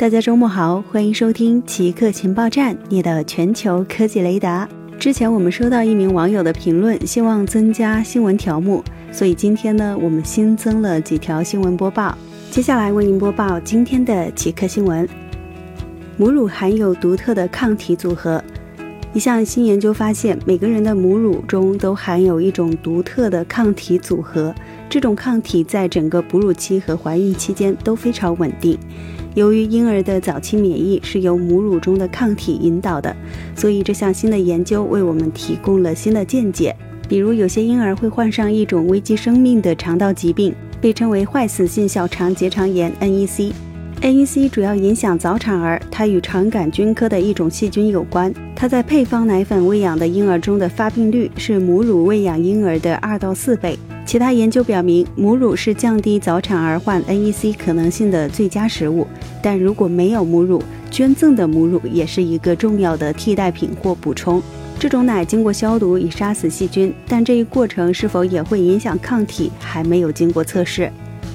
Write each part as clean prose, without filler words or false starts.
大家周末好，欢迎收听奇客情报站，你的全球科技雷达。之前我们收到一名网友的评论，希望增加新闻条目，所以今天呢，我们新增了几条新闻播报。接下来为您播报今天的奇客新闻。母乳含有独特的抗体组合。一项新研究发现，每个人的母乳中都含有一种独特的抗体组合，这种抗体在整个哺乳期和怀孕期间都非常稳定。由于婴儿的早期免疫是由母乳中的抗体引导的，所以这项新的研究为我们提供了新的见解。比如有些婴儿会患上一种危及生命的肠道疾病，被称为坏死性小肠结肠炎 NEC。NEC 主要影响早产儿，它与肠杆菌科的一种细菌有关。它在配方奶粉喂养的婴儿中的发病率是母乳喂养婴儿的2到4倍。其他研究表明，母乳是降低早产儿患 NEC 可能性的最佳食物，但如果没有母乳，捐赠的母乳也是一个重要的替代品或补充。这种奶经过消毒以杀死细菌，但这一过程是否也会影响抗体，还没有经过测试。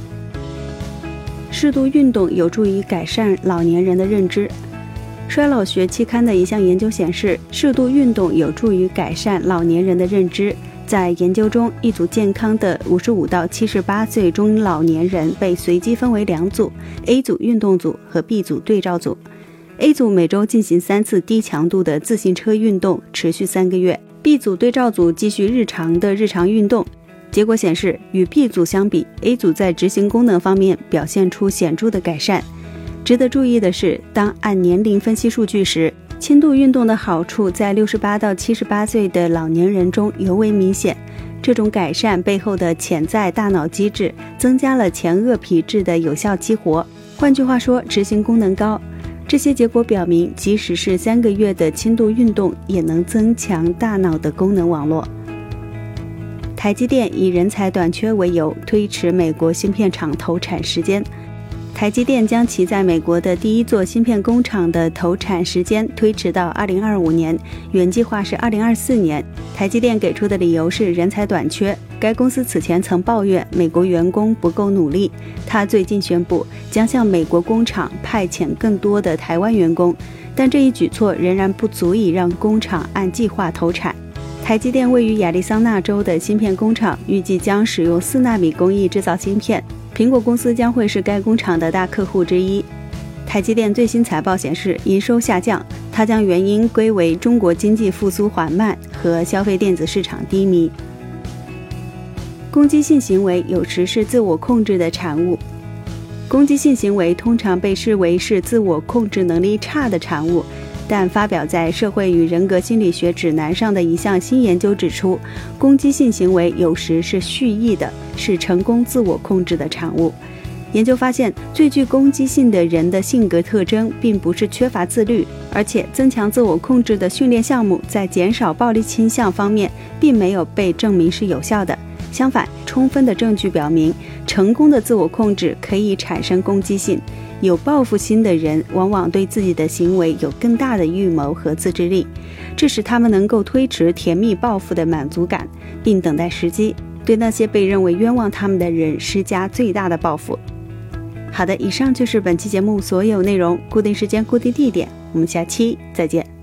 适度运动有助于改善老年人的认知。衰老学期刊的一项研究显示，适度运动有助于改善老年人的认知。在研究中，一组健康的55到78岁中老年人被随机分为2组， A 组运动组和 B 组对照组。 A 组每周进行3次低强度的自行车运动，持续3个月。 B 组对照组继续日常运动。结果显示，与 B 组相比， A 组在执行功能方面表现出显著的改善。值得注意的是，当按年龄分析数据时，轻度运动的好处在68到78岁的老年人中尤为明显。这种改善背后的潜在大脑机制增加了前额皮质的有效激活，换句话说，执行功能高。这些结果表明，即使是3个月的轻度运动，也能增强大脑的功能网络。台积电以人才短缺为由，推迟美国芯片厂投产时间。台积电将其在美国的第一座芯片工厂的投产时间推迟到2025年，原计划是2024年。台积电给出的理由是人才短缺。该公司此前曾抱怨美国员工不够努力，他最近宣布将向美国工厂派遣更多的台湾员工，但这一举措仍然不足以让工厂按计划投产。台积电位于亚利桑那州的芯片工厂预计将使用4纳米工艺制造芯片，苹果公司将会是该工厂的大客户之一。台积电最新财报显示营收下降，它将原因归为中国经济复苏缓慢和消费电子市场低迷。攻击性行为有时是自我控制的产物。攻击性行为通常被视为是自我控制能力差的产物，但发表在《社会与人格心理学指南》上的一项新研究指出，攻击性行为有时是蓄意的，是成功自我控制的产物。研究发现，最具攻击性的人的性格特征并不是缺乏自律，而且增强自我控制的训练项目在减少暴力倾向方面并没有被证明是有效的。相反，充分的证据表明，成功的自我控制可以产生攻击性。有报复心的人往往对自己的行为有更大的预谋和自制力，这使他们能够推迟甜蜜报复的满足感，并等待时机，对那些被认为冤枉他们的人施加最大的报复。好的，以上就是本期节目所有内容，固定时间固定地点，我们下期再见。